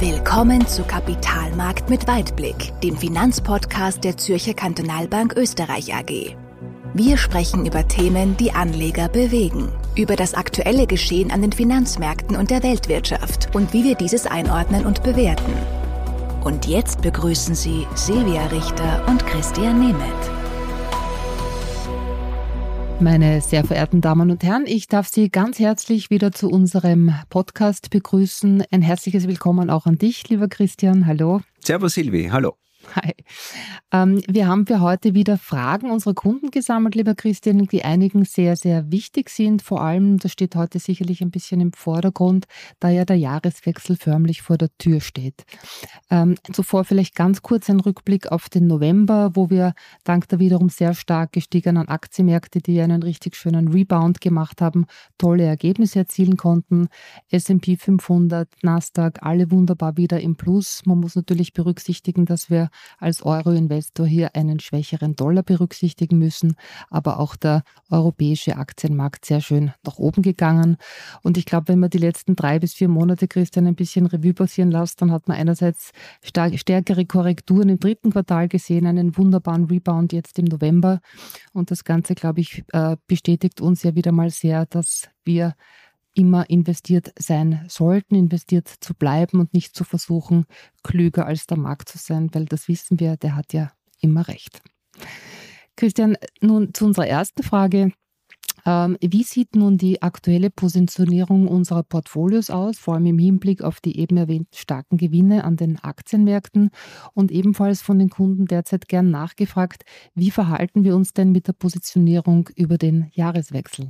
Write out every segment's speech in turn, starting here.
Willkommen zu Kapitalmarkt mit Weitblick, dem Finanzpodcast der Zürcher Kantonalbank Österreich AG. Wir sprechen über Themen, die Anleger bewegen, über das aktuelle Geschehen an den Finanzmärkten und der Weltwirtschaft und wie wir dieses einordnen und bewerten. Und jetzt begrüßen Sie Silvia Richter und Christian Nemeth. Meine sehr verehrten Damen und Herren, ich darf Sie ganz herzlich wieder zu unserem Podcast begrüßen. Ein herzliches Willkommen auch an dich, lieber Christian. Hallo. Servus Silvi, hallo. Hi. Wir haben für heute wieder Fragen unserer Kunden gesammelt, lieber Christian, die einigen sehr, sehr wichtig sind. Vor allem, das steht heute sicherlich ein bisschen im Vordergrund, da ja der Jahreswechsel förmlich vor der Tür steht. Zuvor vielleicht ganz kurz ein Rückblick auf den November, wo wir dank der wiederum sehr stark gestiegenen Aktienmärkte, die einen richtig schönen Rebound gemacht haben, tolle Ergebnisse erzielen konnten. S&P 500, Nasdaq, alle wunderbar wieder im Plus. Man muss natürlich berücksichtigen, dass wir als Euro-Investor hier einen schwächeren Dollar berücksichtigen müssen, aber auch der europäische Aktienmarkt sehr schön nach oben gegangen. Und ich glaube, wenn man die letzten 3 bis 4 Monate, Christian, ein bisschen Revue passieren lässt, dann hat man einerseits stärkere Korrekturen im 3. Quartal gesehen, einen wunderbaren Rebound jetzt im November. Und das Ganze, glaube ich, bestätigt uns ja wieder mal sehr, dass wir immer investiert sein sollten, investiert zu bleiben und nicht zu versuchen, klüger als der Markt zu sein, weil das wissen wir, der hat ja immer recht. Christian, nun zu unserer ersten Frage. Wie sieht nun die aktuelle Positionierung unserer Portfolios aus, vor allem im Hinblick auf die eben erwähnten starken Gewinne an den Aktienmärkten und ebenfalls von den Kunden derzeit gern nachgefragt, wie verhalten wir uns denn mit der Positionierung über den Jahreswechsel?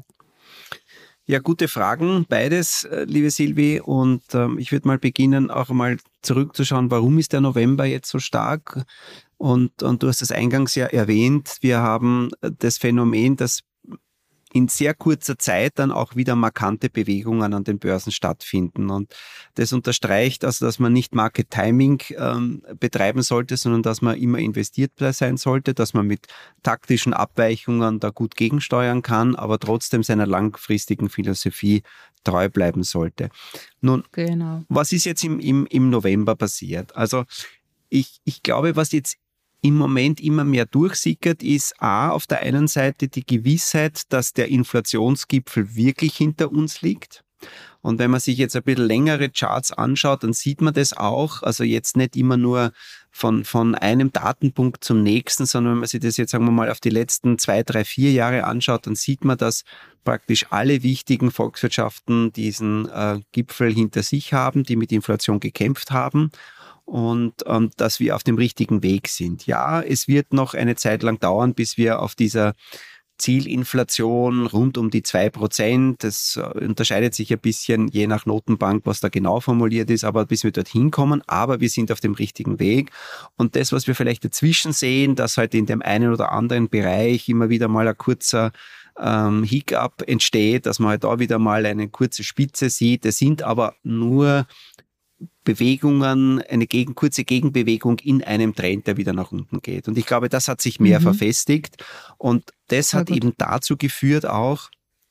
Ja, gute Fragen, beides, liebe Silvi. Und ich würde mal beginnen, auch mal zurückzuschauen, warum ist der November jetzt so stark? Und du hast es eingangs ja erwähnt, wir haben das Phänomen, dass in sehr kurzer Zeit dann auch wieder markante Bewegungen an den Börsen stattfinden. Und das unterstreicht also, dass man nicht Market Timing betreiben sollte, sondern dass man immer investiert sein sollte, dass man mit taktischen Abweichungen da gut gegensteuern kann, aber trotzdem seiner langfristigen Philosophie treu bleiben sollte. Nun, genau. Was ist jetzt im November passiert? Also ich glaube, was jetzt im Moment immer mehr durchsickert, ist auf der einen Seite die Gewissheit, dass der Inflationsgipfel wirklich hinter uns liegt. Und wenn man sich jetzt ein bisschen längere Charts anschaut, dann sieht man das auch. Also jetzt nicht immer nur von einem Datenpunkt zum nächsten, sondern wenn man sich das jetzt, sagen wir mal, auf die letzten 2, 3, 4 Jahre anschaut, dann sieht man, dass praktisch alle wichtigen Volkswirtschaften diesen Gipfel hinter sich haben, die mit Inflation gekämpft haben. Und dass wir auf dem richtigen Weg sind. Ja, es wird noch eine Zeit lang dauern, bis wir auf dieser Zielinflation rund um die 2%, das unterscheidet sich ein bisschen je nach Notenbank, was da genau formuliert ist, aber bis wir dorthin kommen, aber wir sind auf dem richtigen Weg. Und das, was wir vielleicht dazwischen sehen, dass halt in dem einen oder anderen Bereich immer wieder mal ein kurzer Hiccup entsteht, dass man halt da wieder mal eine kurze Spitze sieht, das sind aber nur Bewegungen, eine kurze Gegenbewegung in einem Trend, der wieder nach unten geht. Und ich glaube, das hat sich mehr verfestigt. Und das hat eben dazu geführt auch,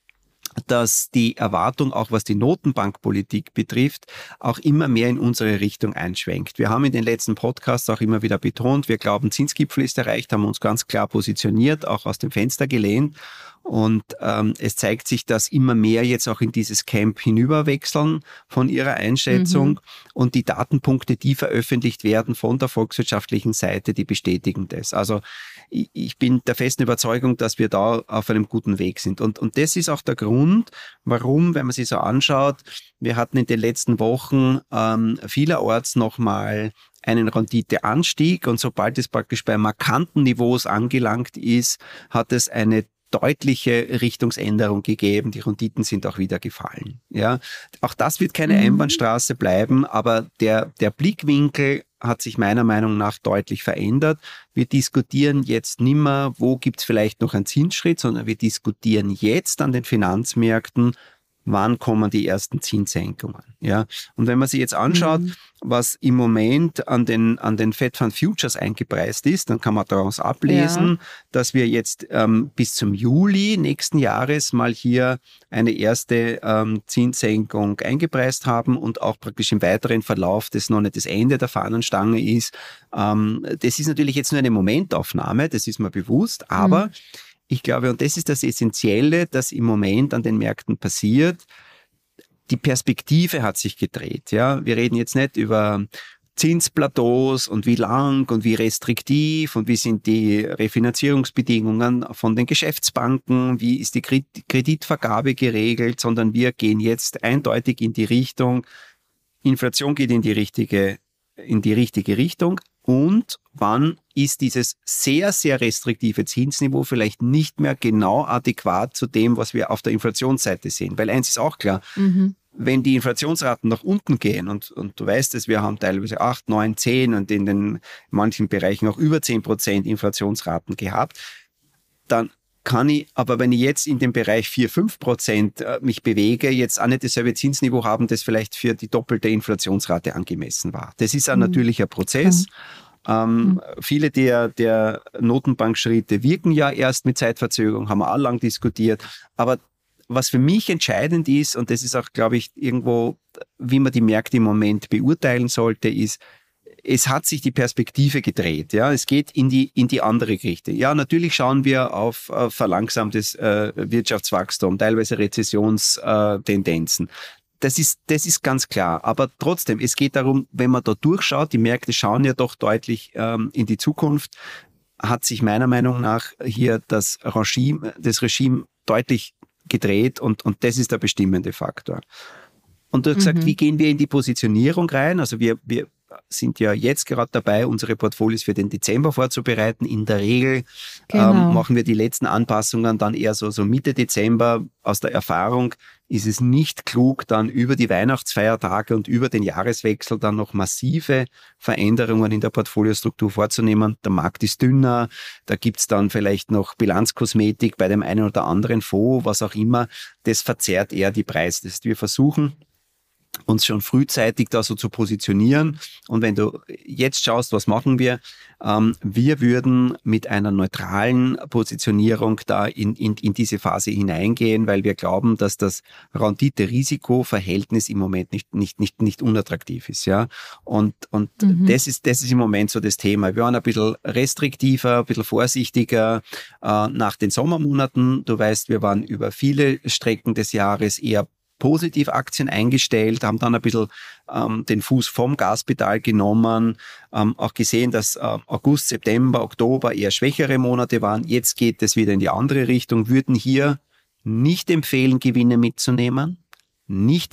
dass die Erwartung, auch was die Notenbankpolitik betrifft, auch immer mehr in unsere Richtung einschwenkt. Wir haben in den letzten Podcasts auch immer wieder betont, wir glauben, Zinsgipfel ist erreicht, haben uns ganz klar positioniert, auch aus dem Fenster gelehnt. Und es zeigt sich, dass immer mehr jetzt auch in dieses Camp hinüberwechseln von ihrer Einschätzung. Und die Datenpunkte, die veröffentlicht werden von der volkswirtschaftlichen Seite, die bestätigen das. Also ich bin der festen Überzeugung, dass wir da auf einem guten Weg sind. Und das ist auch der Grund, warum, wenn man sich so anschaut, wir hatten in den letzten Wochen vielerorts nochmal einen Renditeanstieg. Und sobald es praktisch bei markanten Niveaus angelangt ist, hat es eine deutliche Richtungsänderung gegeben. Die Renditen sind auch wieder gefallen. Ja, auch das wird keine Einbahnstraße bleiben, aber der Blickwinkel hat sich meiner Meinung nach deutlich verändert. Wir diskutieren jetzt nimmer, wo gibt es vielleicht noch einen Zinsschritt, sondern wir diskutieren jetzt an den Finanzmärkten, wann kommen die ersten Zinssenkungen. Ja? Und wenn man sich jetzt anschaut, was im Moment an den Fed Fund Futures eingepreist ist, dann kann man daraus ablesen, dass wir jetzt bis zum Juli nächsten Jahres mal hier eine erste Zinssenkung eingepreist haben und auch praktisch im weiteren Verlauf das noch nicht das Ende der Fahnenstange ist. Das ist natürlich jetzt nur eine Momentaufnahme, das ist mir bewusst, aber ich glaube, und das ist das Essentielle, das im Moment an den Märkten passiert, die Perspektive hat sich gedreht. Ja? Wir reden jetzt nicht über Zinsplateaus und wie lang und wie restriktiv und wie sind die Refinanzierungsbedingungen von den Geschäftsbanken, wie ist die Kreditvergabe geregelt, sondern wir gehen jetzt eindeutig in die Richtung, Inflation geht in die richtige Richtung. Und wann ist dieses sehr, sehr restriktive Zinsniveau vielleicht nicht mehr genau adäquat zu dem, was wir auf der Inflationsseite sehen? Weil eins ist auch klar, wenn die Inflationsraten nach unten gehen und du weißt es, wir haben teilweise 8, 9, 10 und in den manchen Bereichen auch über 10% Inflationsraten gehabt, dann kann ich, aber wenn ich jetzt in dem Bereich 4, 5% mich bewege, jetzt auch nicht dasselbe Zinsniveau haben, das vielleicht für die doppelte Inflationsrate angemessen war. Das ist ein natürlicher Prozess. Viele der Notenbankschritte wirken ja erst mit Zeitverzögerung, haben wir auch lang diskutiert. Aber was für mich entscheidend ist, und das ist auch, glaube ich, irgendwo, wie man die Märkte im Moment beurteilen sollte, ist, es hat sich die Perspektive gedreht. Ja, es geht in die andere Richtung. Ja, natürlich schauen wir auf verlangsamtes Wirtschaftswachstum, teilweise Rezessionstendenzen. Das ist ganz klar. Aber trotzdem, es geht darum, wenn man da durchschaut, die Märkte schauen ja doch deutlich in die Zukunft, hat sich meiner Meinung nach hier das Regime deutlich gedreht und das ist der bestimmende Faktor. Und du hast gesagt, wie gehen wir in die Positionierung rein? Also wir sind ja jetzt gerade dabei, unsere Portfolios für den Dezember vorzubereiten. In der Regel machen wir die letzten Anpassungen dann eher so Mitte Dezember. Aus der Erfahrung ist es nicht klug, dann über die Weihnachtsfeiertage und über den Jahreswechsel dann noch massive Veränderungen in der Portfoliostruktur vorzunehmen. Der Markt ist dünner, da gibt's dann vielleicht noch Bilanzkosmetik bei dem einen oder anderen Fonds, was auch immer. Das verzerrt eher die Preise. Das heißt, wir versuchen, uns schon frühzeitig da so zu positionieren. Und wenn du jetzt schaust, was machen wir? Wir würden mit einer neutralen Positionierung da in diese Phase hineingehen, weil wir glauben, dass das Rendite-Risiko-Verhältnis im Moment nicht unattraktiv ist. Ja? Und das ist im Moment so das Thema. Wir waren ein bisschen restriktiver, ein bisschen vorsichtiger nach den Sommermonaten. Du weißt, wir waren über viele Strecken des Jahres eher positiv Aktien eingestellt, haben dann ein bisschen den Fuß vom Gaspedal genommen, auch gesehen, dass August, September, Oktober eher schwächere Monate waren. Jetzt geht es wieder in die andere Richtung, würden hier nicht empfehlen, Gewinne mitzunehmen, ich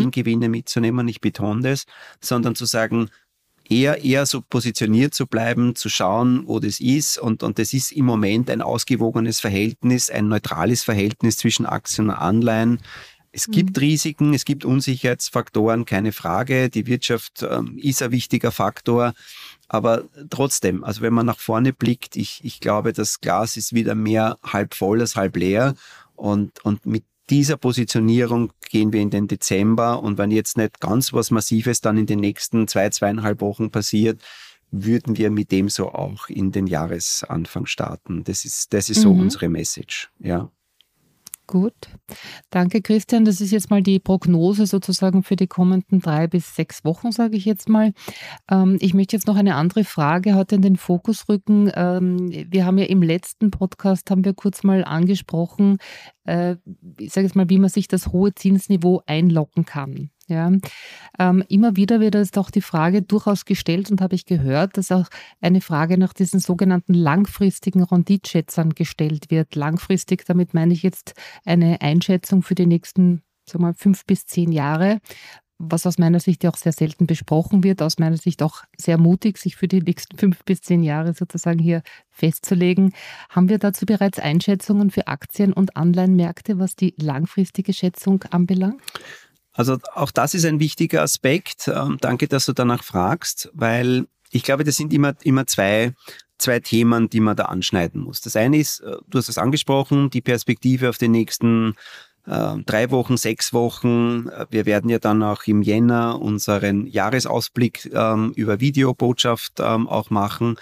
betone das, sondern zu sagen, eher so positioniert zu bleiben, zu schauen, wo das ist und das ist im Moment ein ausgewogenes Verhältnis, ein neutrales Verhältnis zwischen Aktien und Anleihen. Es gibt Risiken, es gibt Unsicherheitsfaktoren, keine Frage. Die Wirtschaft ist ein wichtiger Faktor. Aber trotzdem, also wenn man nach vorne blickt, ich glaube, das Glas ist wieder mehr halb voll als halb leer. Und mit dieser Positionierung gehen wir in den Dezember. Und wenn jetzt nicht ganz was Massives dann in den nächsten 2,5 Wochen passiert, würden wir mit dem so auch in den Jahresanfang starten. Das ist so unsere Message, ja. Gut, danke Christian. Das ist jetzt mal die Prognose sozusagen für die kommenden 3 bis 6 Wochen, sage ich jetzt mal. Ich möchte jetzt noch eine andere Frage heute in den Fokus rücken. Wir haben ja im letzten Podcast, kurz mal angesprochen, ich sage jetzt mal, wie man sich das hohe Zinsniveau einloggen kann. Ja, immer wieder wird jetzt auch die Frage durchaus gestellt und habe ich gehört, dass auch eine Frage nach diesen sogenannten langfristigen Renditschätzern gestellt wird. Langfristig, damit meine ich jetzt eine Einschätzung für die nächsten, 5 bis 10 Jahre, was aus meiner Sicht ja auch sehr selten besprochen wird, aus meiner Sicht auch sehr mutig, sich für die nächsten 5 bis 10 Jahre sozusagen hier festzulegen. Haben wir dazu bereits Einschätzungen für Aktien- und Anleihenmärkte, was die langfristige Schätzung anbelangt? Also auch das ist ein wichtiger Aspekt. Danke, dass du danach fragst, weil ich glaube, das sind immer zwei Themen, die man da anschneiden muss. Das eine ist, du hast es angesprochen, die Perspektive auf die nächsten 3 Wochen, 6 Wochen. Wir werden ja dann auch im Jänner unseren Jahresausblick über Videobotschaft auch machen.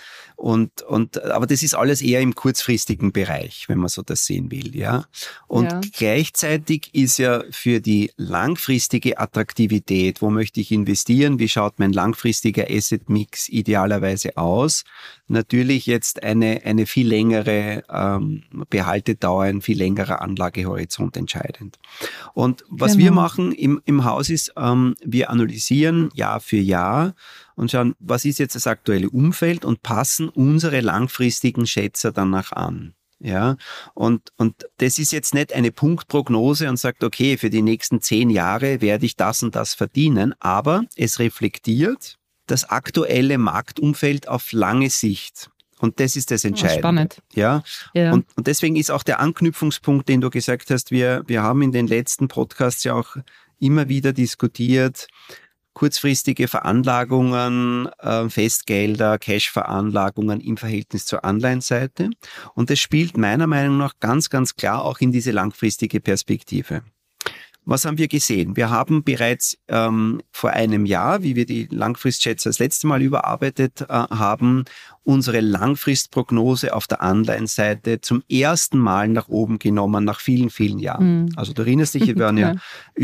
Aber das ist alles eher im kurzfristigen Bereich, wenn man so das sehen will, ja. Und gleichzeitig ist ja für die langfristige Attraktivität, wo möchte ich investieren, wie schaut mein langfristiger Asset-Mix idealerweise aus, natürlich jetzt eine viel längere Behaltedauer, ein viel längerer Anlagehorizont entscheidend. Und was wir machen im Haus ist, wir analysieren Jahr für Jahr und schauen, was ist jetzt das aktuelle Umfeld und passen unsere langfristigen Schätzer danach an. Ja, und das ist jetzt nicht eine Punktprognose und sagt, okay, für die nächsten 10 Jahre werde ich das und das verdienen, aber es reflektiert das aktuelle Marktumfeld auf lange Sicht. Und das ist das Entscheidende. Spannend. Ja. Und deswegen ist auch der Anknüpfungspunkt, den du gesagt hast, wir haben in den letzten Podcasts ja auch immer wieder diskutiert, kurzfristige Veranlagungen, Festgelder, Cash-Veranlagungen im Verhältnis zur Anleihenseite. Und das spielt meiner Meinung nach ganz, ganz klar auch in diese langfristige Perspektive. Was haben wir gesehen? Wir haben bereits vor einem Jahr, wie wir die Langfristschätzer das letzte Mal überarbeitet haben, unsere Langfristprognose auf der Anleihenseite zum ersten Mal nach oben genommen, nach vielen, vielen Jahren. Also du erinnerst dich, wir waren ja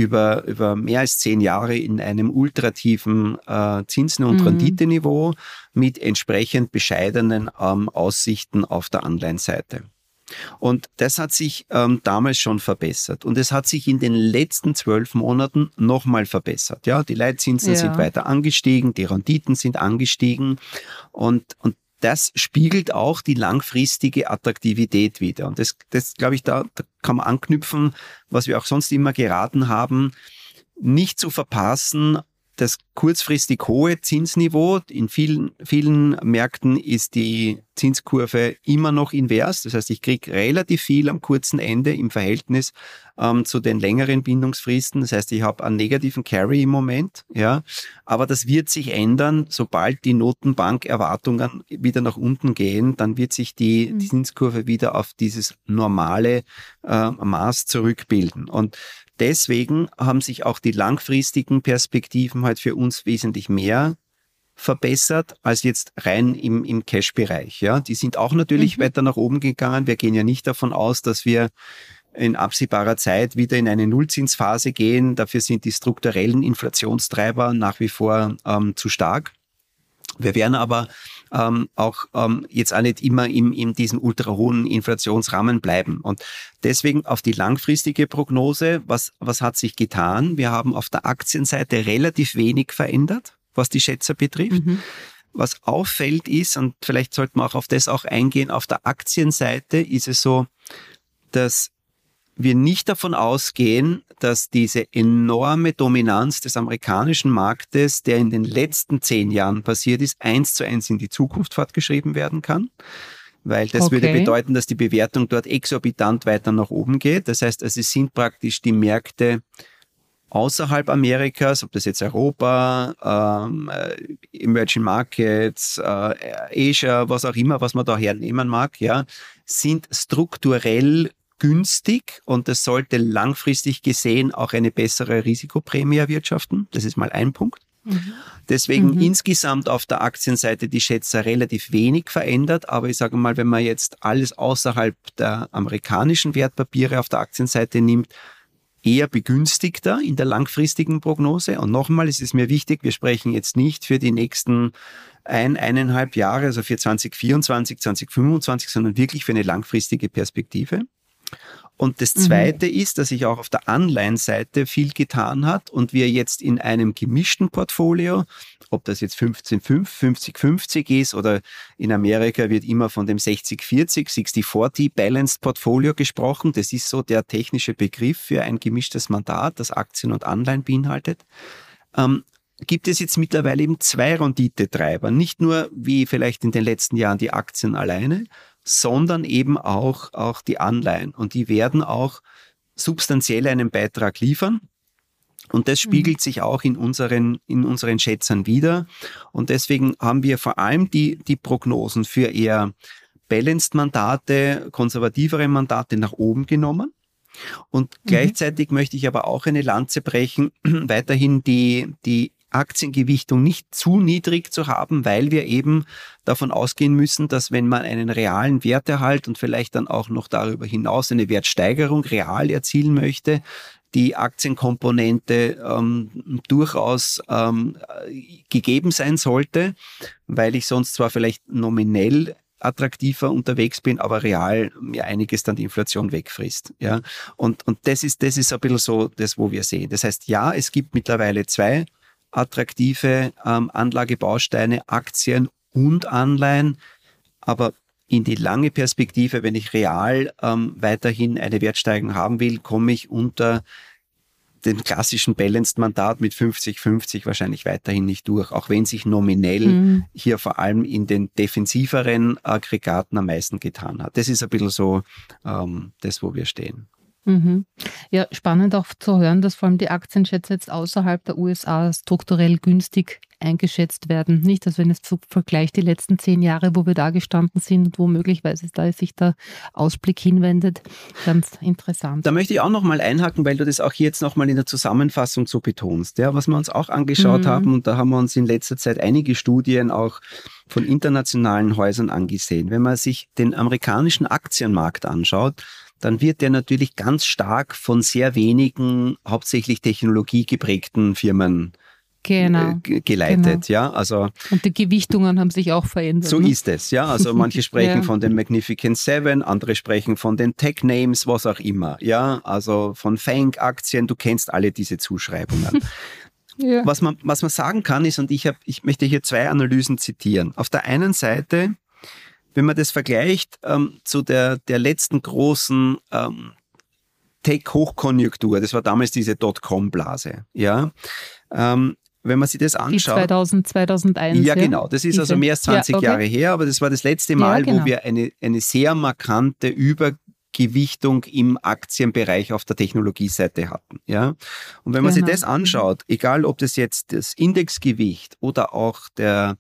über mehr als 10 Jahre in einem ultratiefen Zinsen- und Renditeniveau mit entsprechend bescheidenen Aussichten auf der Anleihenseite. Und das hat sich damals schon verbessert. Und es hat sich in den letzten 12 Monaten nochmal verbessert. Ja, die Leitzinsen sind weiter angestiegen, die Renditen sind angestiegen und das spiegelt auch die langfristige Attraktivität wider. Und das glaube ich, da kann man anknüpfen, was wir auch sonst immer geraten haben, nicht zu verpassen. Das kurzfristig hohe Zinsniveau, in vielen Märkten ist die Zinskurve immer noch invers. Das heißt, ich kriege relativ viel am kurzen Ende im Verhältnis zu den längeren Bindungsfristen. Das heißt, ich habe einen negativen Carry im Moment. Ja, aber das wird sich ändern, sobald die Notenbank-Erwartungen wieder nach unten gehen. Dann wird sich die Zinskurve wieder auf dieses normale Maß zurückbilden. Und deswegen haben sich auch die langfristigen Perspektiven halt für uns wesentlich mehr verbessert als jetzt rein im Cash-Bereich. Ja, die sind auch natürlich weiter nach oben gegangen. Wir gehen ja nicht davon aus, dass wir in absehbarer Zeit wieder in eine Nullzinsphase gehen. Dafür sind die strukturellen Inflationstreiber nach wie vor zu stark. Wir werden aber jetzt auch nicht immer in diesem ultra hohen Inflationsrahmen bleiben. Und deswegen auf die langfristige Prognose, was hat sich getan? Wir haben auf der Aktienseite relativ wenig verändert, was die Schätzer betrifft. Was auffällt ist, und vielleicht sollten wir auch auf das auch eingehen, auf der Aktienseite ist es so, dass wir nicht davon ausgehen, dass diese enorme Dominanz des amerikanischen Marktes, der in den letzten 10 Jahren passiert ist, 1:1 in die Zukunft fortgeschrieben werden kann. Weil das würde bedeuten, dass die Bewertung dort exorbitant weiter nach oben geht. Das heißt, es sind praktisch die Märkte außerhalb Amerikas, ob das jetzt Europa, Emerging Markets, Asia, was auch immer, was man da hernehmen mag, ja, sind strukturell günstig und das sollte langfristig gesehen auch eine bessere Risikoprämie erwirtschaften. Das ist mal ein Punkt. Deswegen insgesamt auf der Aktienseite die Schätzer relativ wenig verändert, aber ich sage mal, wenn man jetzt alles außerhalb der amerikanischen Wertpapiere auf der Aktienseite nimmt, eher begünstigter in der langfristigen Prognose. Und nochmal, es ist mir wichtig, wir sprechen jetzt nicht für die nächsten 1,5 Jahre, also für 2024, 2025, sondern wirklich für eine langfristige Perspektive. Und das Zweite ist, dass sich auch auf der Anleihenseite viel getan hat und wir jetzt in einem gemischten Portfolio, ob das jetzt 15-5, 50-50 ist oder in Amerika wird immer von dem 60-40, 60-40 Balanced Portfolio gesprochen. Das ist so der technische Begriff für ein gemischtes Mandat, das Aktien und Anleihen beinhaltet. Gibt es jetzt mittlerweile eben 2 Renditetreiber, nicht nur wie vielleicht in den letzten Jahren die Aktien alleine, sondern eben auch die Anleihen. Und die werden auch substanziell einen Beitrag liefern. Und das spiegelt sich auch in unseren Schätzern wider. Und deswegen haben wir vor allem die Prognosen für eher Balanced Mandate, konservativere Mandate nach oben genommen. Und gleichzeitig möchte ich aber auch eine Lanze brechen, weiterhin die Aktiengewichtung nicht zu niedrig zu haben, weil wir eben davon ausgehen müssen, dass wenn man einen realen Werterhalt und vielleicht dann auch noch darüber hinaus eine Wertsteigerung real erzielen möchte, die Aktienkomponente durchaus gegeben sein sollte, weil ich sonst zwar vielleicht nominell attraktiver unterwegs bin, aber real mir einiges dann die Inflation wegfrisst. Ja? Und das ist ein bisschen so das, wo wir sehen. Das heißt, ja, es gibt mittlerweile 2 attraktive Anlagebausteine, Aktien und Anleihen, aber in die lange Perspektive, wenn ich real weiterhin eine Wertsteigerung haben will, komme ich unter dem klassischen Balanced-Mandat mit 50-50 wahrscheinlich weiterhin nicht durch, auch wenn sich nominell hier vor allem in den defensiveren Aggregaten am meisten getan hat. Das ist ein bisschen so das, wo wir stehen. Ja, spannend auch zu hören, dass vor allem die Aktienschätze jetzt außerhalb der USA strukturell günstig eingeschätzt werden. Nicht, dass wenn es so vergleicht die letzten 10 Jahre, wo wir da gestanden sind und wo möglicherweise da sich der Ausblick hinwendet. Ganz interessant. Da möchte ich auch nochmal einhaken, weil du das auch jetzt nochmal in der Zusammenfassung so betonst. Ja, was wir uns auch angeschaut haben, und da haben wir uns in letzter Zeit einige Studien auch von internationalen Häusern angesehen. Wenn man sich den amerikanischen Aktienmarkt anschaut, dann wird der natürlich ganz stark von sehr wenigen, hauptsächlich technologiegeprägten Firmen geleitet. Genau. Ja, also, und die Gewichtungen haben sich auch verändert. So ist es, ja. Also manche sprechen von den Magnificent Seven, andere sprechen von den Tech-Names, was auch immer. Ja, also von FANG-Aktien, du kennst alle diese Zuschreibungen. Ja. Was man sagen kann ist, und ich möchte hier 2 Analysen zitieren. Auf der einen Seite, wenn man das vergleicht zu der letzten großen Tech-Hochkonjunktur, das war damals diese Dotcom-Blase, ja, wenn man sich das anschaut. Die 2001. Ja, genau. Das ist also mehr als 20 Jahre her, aber das war das letzte Mal, wo wir eine sehr markante Übergewichtung im Aktienbereich auf der Technologieseite hatten. Ja? Und wenn man sich das anschaut, egal ob das jetzt das Indexgewicht oder auch der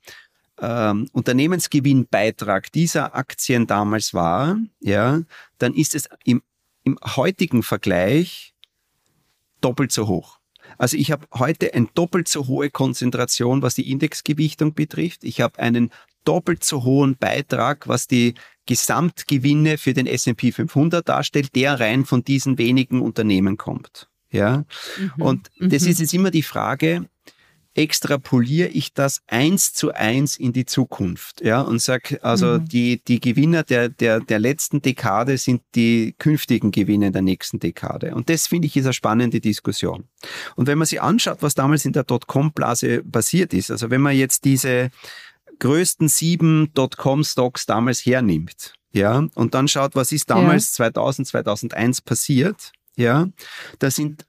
Unternehmensgewinnbeitrag dieser Aktien damals war, ja, dann ist es im heutigen Vergleich doppelt so hoch. Also ich habe heute eine doppelt so hohe Konzentration, was die Indexgewichtung betrifft. Ich habe einen doppelt so hohen Beitrag, was die Gesamtgewinne für den S&P 500 darstellt, der rein von diesen wenigen Unternehmen kommt. Ja? Und das ist jetzt immer die Frage, extrapoliere ich das 1:1 in die Zukunft, ja, und sage, also die Gewinner der letzten Dekade sind die künftigen Gewinner der nächsten Dekade. Und das, finde ich, ist eine spannende Diskussion. Und wenn man sich anschaut, was damals in der Dotcom-Blase passiert ist, also wenn man jetzt diese größten 7 Dotcom-Stocks damals hernimmt, ja, und dann schaut, was ist damals 2000, 2001 passiert, ja, da sind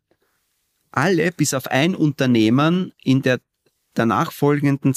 alle bis auf ein Unternehmen in der nachfolgenden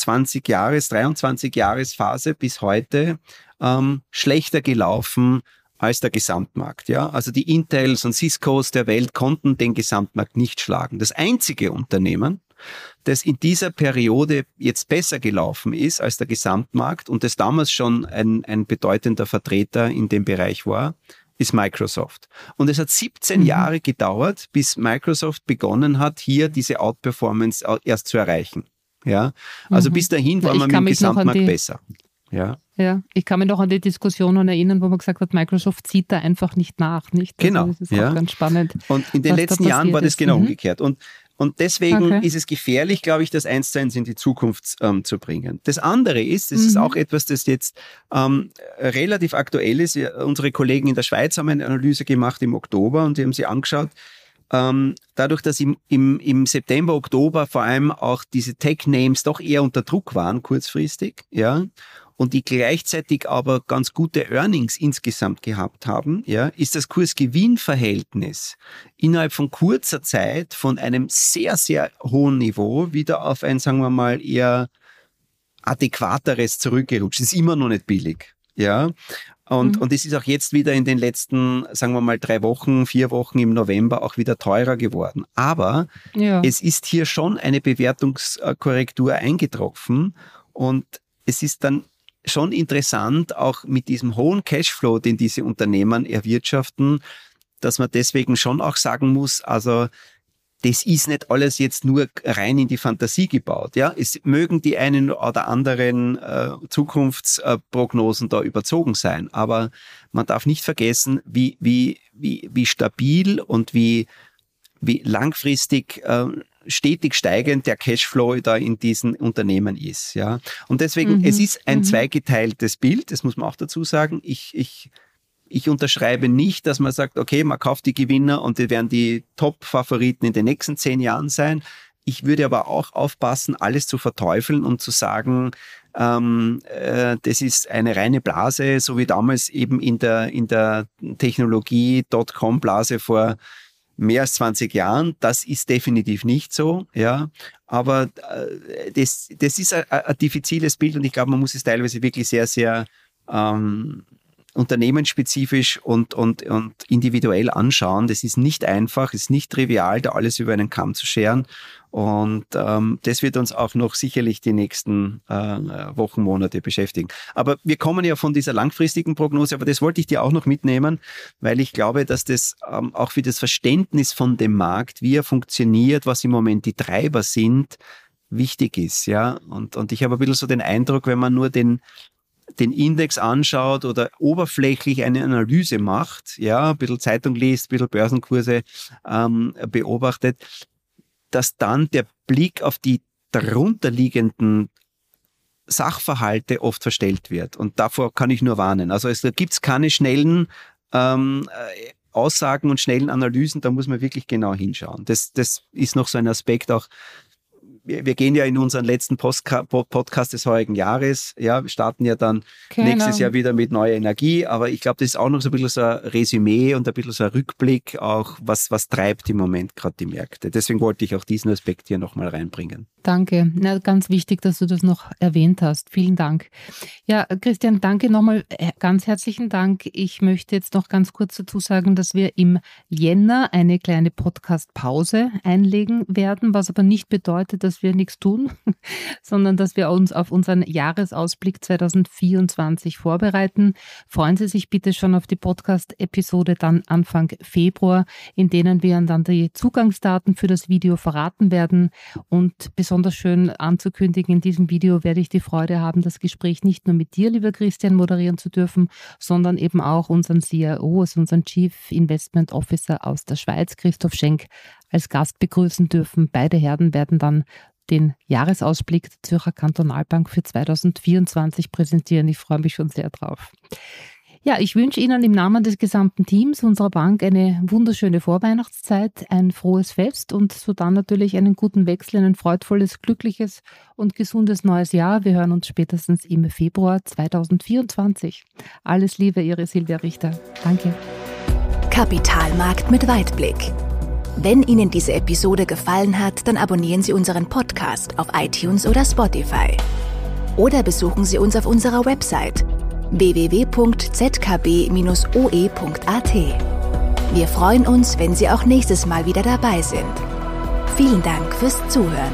23-Jahres-Phase bis heute schlechter gelaufen als der Gesamtmarkt. Ja? Also die Intels und Ciscos der Welt konnten den Gesamtmarkt nicht schlagen. Das einzige Unternehmen, das in dieser Periode jetzt besser gelaufen ist als der Gesamtmarkt und das damals schon ein bedeutender Vertreter in dem Bereich war, ist Microsoft. Und es hat 17 Jahre gedauert, bis Microsoft begonnen hat, hier diese Outperformance erst zu erreichen. Ja? Also bis dahin war man mit dem Gesamtmarkt besser. Ja. Ja, ich kann mich noch an die Diskussionen erinnern, wo man gesagt hat, Microsoft zieht da einfach nicht nach. Nicht? Also genau. Das ist auch ganz spannend. Und in den letzten Jahren war das genau umgekehrt. Und deswegen ist es gefährlich, glaube ich, das 1:1 in die Zukunft zu bringen. Das andere ist, es ist auch etwas, das jetzt relativ aktuell ist. Unsere Kollegen in der Schweiz haben eine Analyse gemacht im Oktober und die haben sie angeschaut. Dadurch, dass im September, Oktober vor allem auch diese Tech-Names doch eher unter Druck waren, kurzfristig, ja, und die gleichzeitig aber ganz gute Earnings insgesamt gehabt haben, ja, ist das Kurs-Gewinn-Verhältnis innerhalb von kurzer Zeit von einem sehr, sehr hohen Niveau wieder auf ein, sagen wir mal, eher adäquateres zurückgerutscht. Es ist immer noch nicht billig, ja. Und es ist auch jetzt wieder in den letzten, sagen wir mal, 3 Wochen, 4 Wochen im November auch wieder teurer geworden. Aber es ist hier schon eine Bewertungskorrektur eingetroffen und es ist dann schon interessant, auch mit diesem hohen Cashflow, den diese Unternehmen erwirtschaften, dass man deswegen schon auch sagen muss, also das ist nicht alles jetzt nur rein in die Fantasie gebaut. Ja, es mögen die einen oder anderen Zukunftsprognosen da überzogen sein, aber man darf nicht vergessen, wie stabil und wie langfristig stetig steigend der Cashflow da in diesen Unternehmen ist. Ja, und deswegen es ist ein zweigeteiltes Bild. Das muss man auch dazu sagen. Ich unterschreibe nicht, dass man sagt, okay, man kauft die Gewinner und die werden die Top-Favoriten in den nächsten 10 Jahren sein. Ich würde aber auch aufpassen, alles zu verteufeln und zu sagen, das ist eine reine Blase, so wie damals eben in der Technologie-Dotcom-Blase vor mehr als 20 Jahren. Das ist definitiv nicht so, ja. Aber das ist ein diffiziles Bild und ich glaube, man muss es teilweise wirklich sehr, sehr unternehmensspezifisch und individuell anschauen. Das ist nicht einfach, es ist nicht trivial, da alles über einen Kamm zu scheren. Und das wird uns auch noch sicherlich die nächsten Wochen, Monate beschäftigen. Aber wir kommen ja von dieser langfristigen Prognose, aber das wollte ich dir auch noch mitnehmen, weil ich glaube, dass das auch für das Verständnis von dem Markt, wie er funktioniert, was im Moment die Treiber sind, wichtig ist. Ja? Und ich habe ein bisschen so den Eindruck, wenn man nur den Index anschaut oder oberflächlich eine Analyse macht, ja, ein bisschen Zeitung liest, ein bisschen Börsenkurse beobachtet, dass dann der Blick auf die darunterliegenden Sachverhalte oft verstellt wird. Und davor kann ich nur warnen. Also da gibt es keine schnellen Aussagen und schnellen Analysen, da muss man wirklich genau hinschauen. Das ist noch so ein Aspekt auch. Wir gehen ja in unseren letzten Podcast des heurigen Jahres. Ja, wir starten ja dann nächstes Jahr wieder mit neuer Energie. Aber ich glaube, das ist auch noch so ein bisschen so ein Resümee und ein bisschen so ein Rückblick auch, was treibt im Moment gerade die Märkte. Deswegen wollte ich auch diesen Aspekt hier nochmal reinbringen. Danke. Na, ganz wichtig, dass du das noch erwähnt hast. Vielen Dank. Ja, Christian, danke nochmal. Ganz herzlichen Dank. Ich möchte jetzt noch ganz kurz dazu sagen, dass wir im Jänner eine kleine Podcast-Pause einlegen werden, was aber nicht bedeutet, dass wir nichts tun, sondern dass wir uns auf unseren Jahresausblick 2024 vorbereiten. Freuen Sie sich bitte schon auf die Podcast-Episode dann Anfang Februar, in denen wir dann die Zugangsdaten für das Video verraten werden. Und besonders schön anzukündigen, in diesem Video werde ich die Freude haben, das Gespräch nicht nur mit dir, lieber Christian, moderieren zu dürfen, sondern eben auch unseren CIO, also unseren Chief Investment Officer aus der Schweiz, Christoph Schenk, als Gast begrüßen dürfen. Beide Herren werden dann den Jahresausblick der Zürcher Kantonalbank für 2024 präsentieren. Ich freue mich schon sehr drauf. Ja, ich wünsche Ihnen im Namen des gesamten Teams unserer Bank eine wunderschöne Vorweihnachtszeit, ein frohes Fest und so dann natürlich einen guten Wechsel, ein freudvolles, glückliches und gesundes neues Jahr. Wir hören uns spätestens im Februar 2024. Alles Liebe, Ihre Silvia Richter. Danke. Kapitalmarkt mit Weitblick. Wenn Ihnen diese Episode gefallen hat, dann abonnieren Sie unseren Podcast auf iTunes oder Spotify. Oder besuchen Sie uns auf unserer Website www.zkb-oe.at. Wir freuen uns, wenn Sie auch nächstes Mal wieder dabei sind. Vielen Dank fürs Zuhören.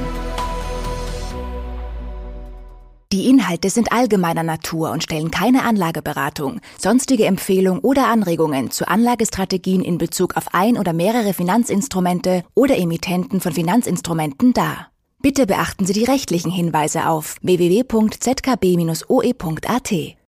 Die Inhalte sind allgemeiner Natur und stellen keine Anlageberatung, sonstige Empfehlung oder Anregungen zu Anlagestrategien in Bezug auf ein oder mehrere Finanzinstrumente oder Emittenten von Finanzinstrumenten dar. Bitte beachten Sie die rechtlichen Hinweise auf www.zkb-oe.at.